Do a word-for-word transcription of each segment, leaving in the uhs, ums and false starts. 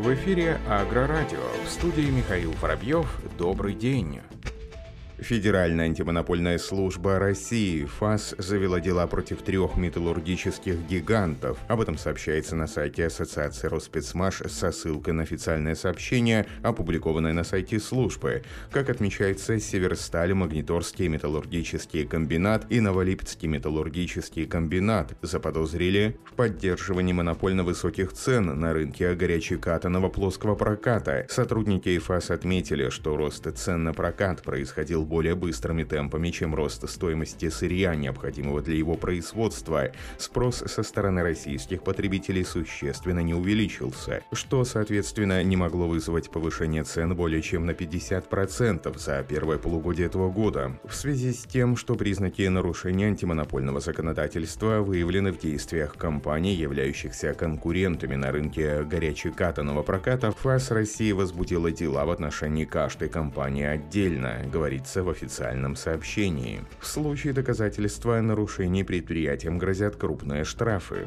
В эфире Агрорадио. В студии Михаил Воробьев. Добрый день. Федеральная антимонопольная служба России ФАС завела дела против трех металлургических гигантов. Об этом сообщается на сайте Ассоциации Росспецмаш со ссылкой на официальное сообщение, опубликованное на сайте службы. Как отмечается, Северсталь, Магниторский металлургический комбинат и Новолипецкий металлургический комбинат заподозрили в поддерживании монопольно высоких цен на рынке горячекатанного плоского проката. Сотрудники ФАС отметили, что рост цен на прокат происходил более быстрыми темпами, чем рост стоимости сырья, необходимого для его производства. Спрос со стороны российских потребителей существенно не увеличился, что, соответственно, не могло вызвать повышение цен более чем на пятьдесят процентов за первое полугодие этого года. В связи с тем, что признаки нарушения антимонопольного законодательства выявлены в действиях компаний, являющихся конкурентами на рынке горячекатанного проката, ФАС России возбудила дела в отношении каждой компании отдельно, говорится в официальном сообщении. В случае доказательства нарушений предприятиям грозят крупные штрафы.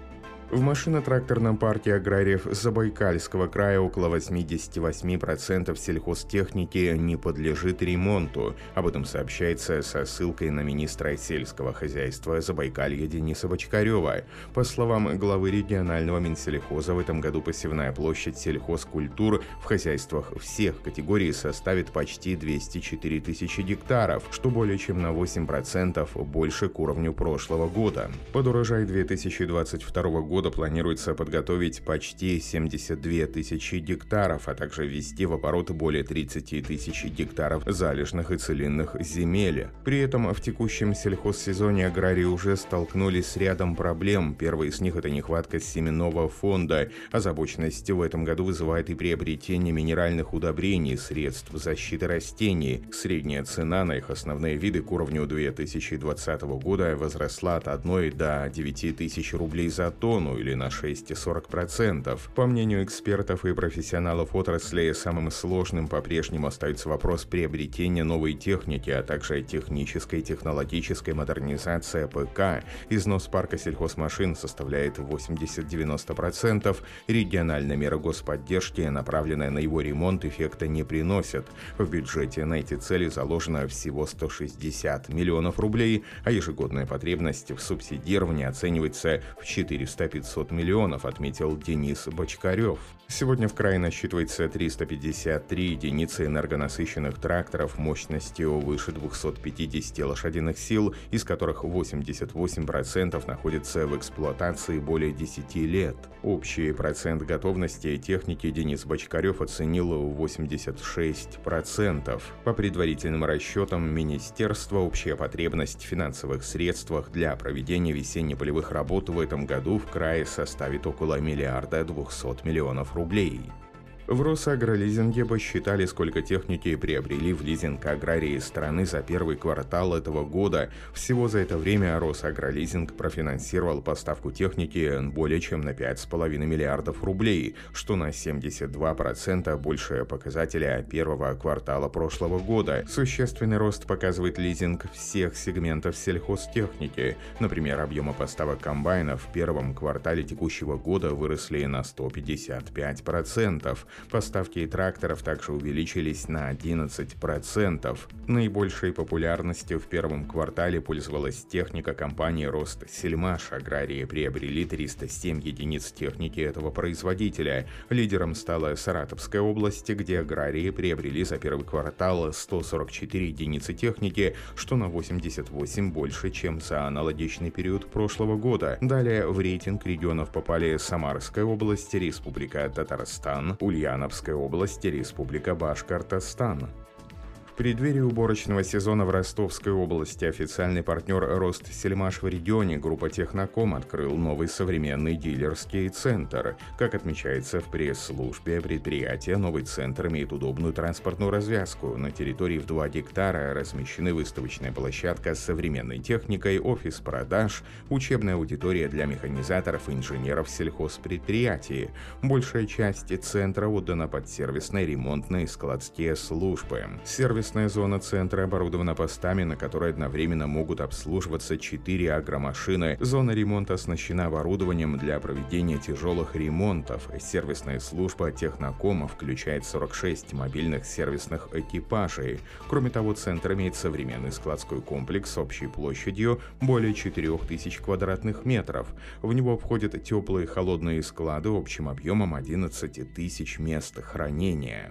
В машино-тракторном парке аграриев Забайкальского края около восемьдесят восемь процентов сельхозтехники не подлежит ремонту. Об этом сообщается со ссылкой на министра сельского хозяйства Забайкалья Дениса Бочкарева. По словам главы регионального Минсельхоза, в этом году посевная площадь сельхозкультур в хозяйствах всех категорий составит почти двести четыре тысячи гектаров, что более чем на восемь процентов больше к уровню прошлого года. Под урожай две тысячи двадцать второго года года планируется подготовить почти семьдесят две тысячи гектаров, а также ввести в оборот более тридцать тысяч гектаров залежных и целинных земель. При этом в текущем сельхозсезоне аграрии уже столкнулись с рядом проблем. Первая из них – это нехватка семенного фонда. Озабоченность в этом году вызывает и приобретение минеральных удобрений, средств защиты растений. Средняя цена на их основные виды к уровню две тысячи двадцатого года возросла от одной до девяти тысяч рублей за тонну, или на шесть целых сорок сотых процента. По мнению экспертов и профессионалов отрасли, самым сложным по-прежнему остается вопрос приобретения новой техники, а также технической и технологической модернизации ПК. Износ парка сельхозмашин составляет восемьдесят-девяносто процентов. Региональная мера господдержки, направленная на его ремонт, эффекта не приносит. В бюджете на эти цели заложено всего сто шестьдесят миллионов рублей, а ежегодная потребность в субсидировании оценивается в четыреста-пятьсот миллионов, отметил Денис Бочкарев. Сегодня в крае насчитывается триста пятьдесят три единицы энергонасыщенных тракторов мощностью выше двухсот пятидесяти лошадиных сил, из которых восемьдесят восемь процентов находятся в эксплуатации более десяти лет. Общий процент готовности техники Денис Бочкарев оценил в восемьдесят шесть процентов. По предварительным расчетам министерства, общая потребность в финансовых средствах для проведения весенне-полевых работ в этом году в крае составит около миллиарда двухсот миллионов рублей. В Росагролизинге посчитали, сколько техники приобрели в лизинг аграрии страны за первый квартал этого года. Всего за это время Росагролизинг профинансировал поставку техники более чем на пять целых пять десятых миллиардов рублей, что на семьдесят два процента больше показателя первого квартала прошлого года. Существенный рост показывает лизинг всех сегментов сельхозтехники. Например, объемы поставок комбайнов в первом квартале текущего года выросли на сто пятьдесят пять процентов. Поставки тракторов также увеличились на одиннадцать процентов. Наибольшей популярностью в первом квартале пользовалась техника компании «Ростсельмаш». Аграрии приобрели триста семь единиц техники этого производителя. Лидером стала Саратовская область, где аграрии приобрели за первый квартал сто сорок четыре единицы техники, что на восемьдесят восемь больше, чем за аналогичный период прошлого года. Далее в рейтинг регионов попали Самарская область, Республика Татарстан, Ульяновская область, Республика Башкортостан. В преддверии уборочного сезона в Ростовской области официальный партнер Ростсельмаш в регионе группа Техноком открыл новый современный дилерский центр. Как отмечается в пресс-службе предприятия, новый центр имеет удобную транспортную развязку. На территории в два гектара размещены выставочная площадка с современной техникой, офис продаж, учебная аудитория для механизаторов и инженеров сельхозпредприятий. Большая часть центра отдана под сервисные, ремонтные и складские службы. Сервис Сервисная зона центра оборудована постами, на которые одновременно могут обслуживаться четыре агромашины. Зона ремонта оснащена оборудованием для проведения тяжелых ремонтов. Сервисная служба Технокома включает сорок шесть мобильных сервисных экипажей. Кроме того, центр имеет современный складской комплекс с общей площадью более четырёх тысяч квадратных метров. В него входят теплые и холодные склады общим объемом одиннадцать тысяч мест хранения.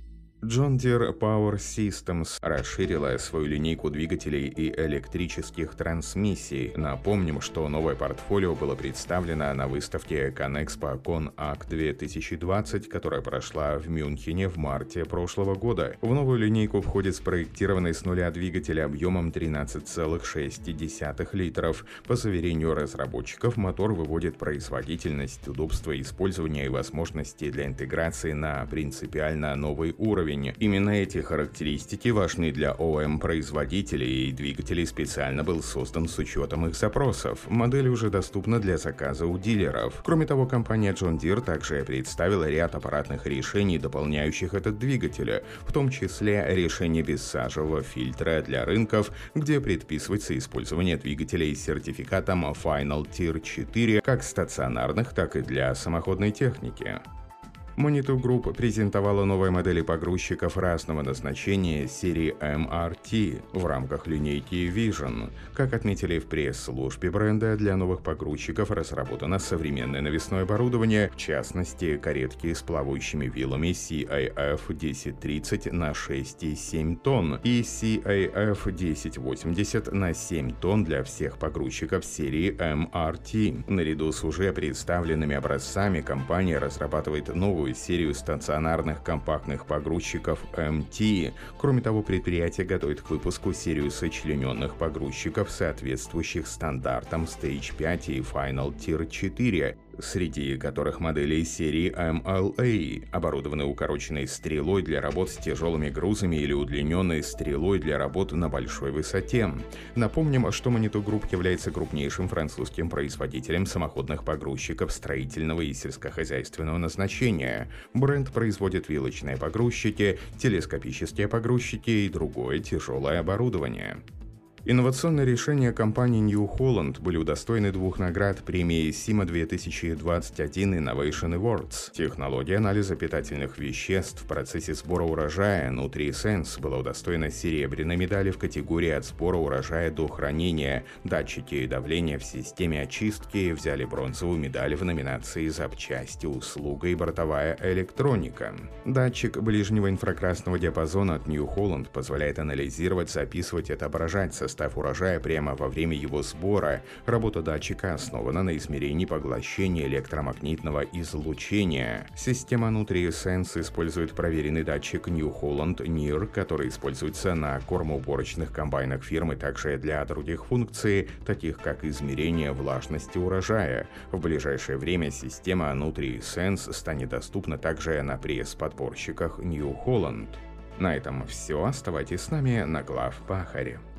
John Deere Power Systems расширила свою линейку двигателей и электрических трансмиссий. Напомним, что новое портфолио было представлено на выставке Conexpo ConAg две тысячи двадцать, которая прошла в Мюнхене в марте прошлого года. В новую линейку входит спроектированный с нуля двигатель объемом тринадцать целых шесть десятых литров. По заверению разработчиков, мотор выводит производительность, удобство использования и возможности для интеграции на принципиально новый уровень. Именно эти характеристики важны для о эм-производителей, и двигатель специально был создан с учетом их запросов. Модель уже доступна для заказа у дилеров. Кроме того, компания John Deere также представила ряд аппаратных решений, дополняющих этот двигатель, в том числе решение бессажевого фильтра для рынков, где предписывается использование двигателей с сертификатом Final Tier четыре как стационарных, так и для самоходной техники. Manitou Group презентовала новые модели погрузчиков разного назначения серии эм ар ти в рамках линейки Vision. Как отметили в пресс-службе бренда, для новых погрузчиков разработано современное навесное оборудование, в частности, каретки с плавающими вилами си эй эф десять тридцать на шесть и семь тонн и си эй эф десять восемьдесят на семь тонн для всех погрузчиков серии эм ар ти. Наряду с уже представленными образцами компания разрабатывает новую серию стационарных компактных погрузчиков эм ти. Кроме того, предприятие готовит к выпуску серию сочлененных погрузчиков, соответствующих стандартам Stage пять и Final Tier четыре, среди которых модели серии эм эл эй оборудованы укороченной стрелой для работ с тяжелыми грузами или удлиненной стрелой для работ на большой высоте. Напомним, что Manitou Group является крупнейшим французским производителем самоходных погрузчиков строительного и сельскохозяйственного назначения. Бренд производит вилочные погрузчики, телескопические погрузчики и другое тяжелое оборудование. Инновационные решения компании New Holland были удостоены двух наград премии сима две тысячи двадцать один Innovation Awards. Технология анализа питательных веществ в процессе сбора урожая NutriSense была удостоена серебряной медали в категории от сбора урожая до хранения. Датчики давления в системе очистки взяли бронзовую медаль в номинации «Запчасти, услуга и бортовая электроника». Датчик ближнего инфракрасного диапазона от New Holland позволяет анализировать, записывать и отображать состав состав урожая прямо во время его сбора. Работа датчика основана на измерении поглощения электромагнитного излучения. Система NutriSense использует проверенный датчик New Holland эн и эр, который используется на кормоуборочных комбайнах фирмы, также для других функций, таких как измерение влажности урожая. В ближайшее время система NutriSense станет доступна также на пресс-подборщиках New Holland. На этом все. Оставайтесь с нами на Главпахаре.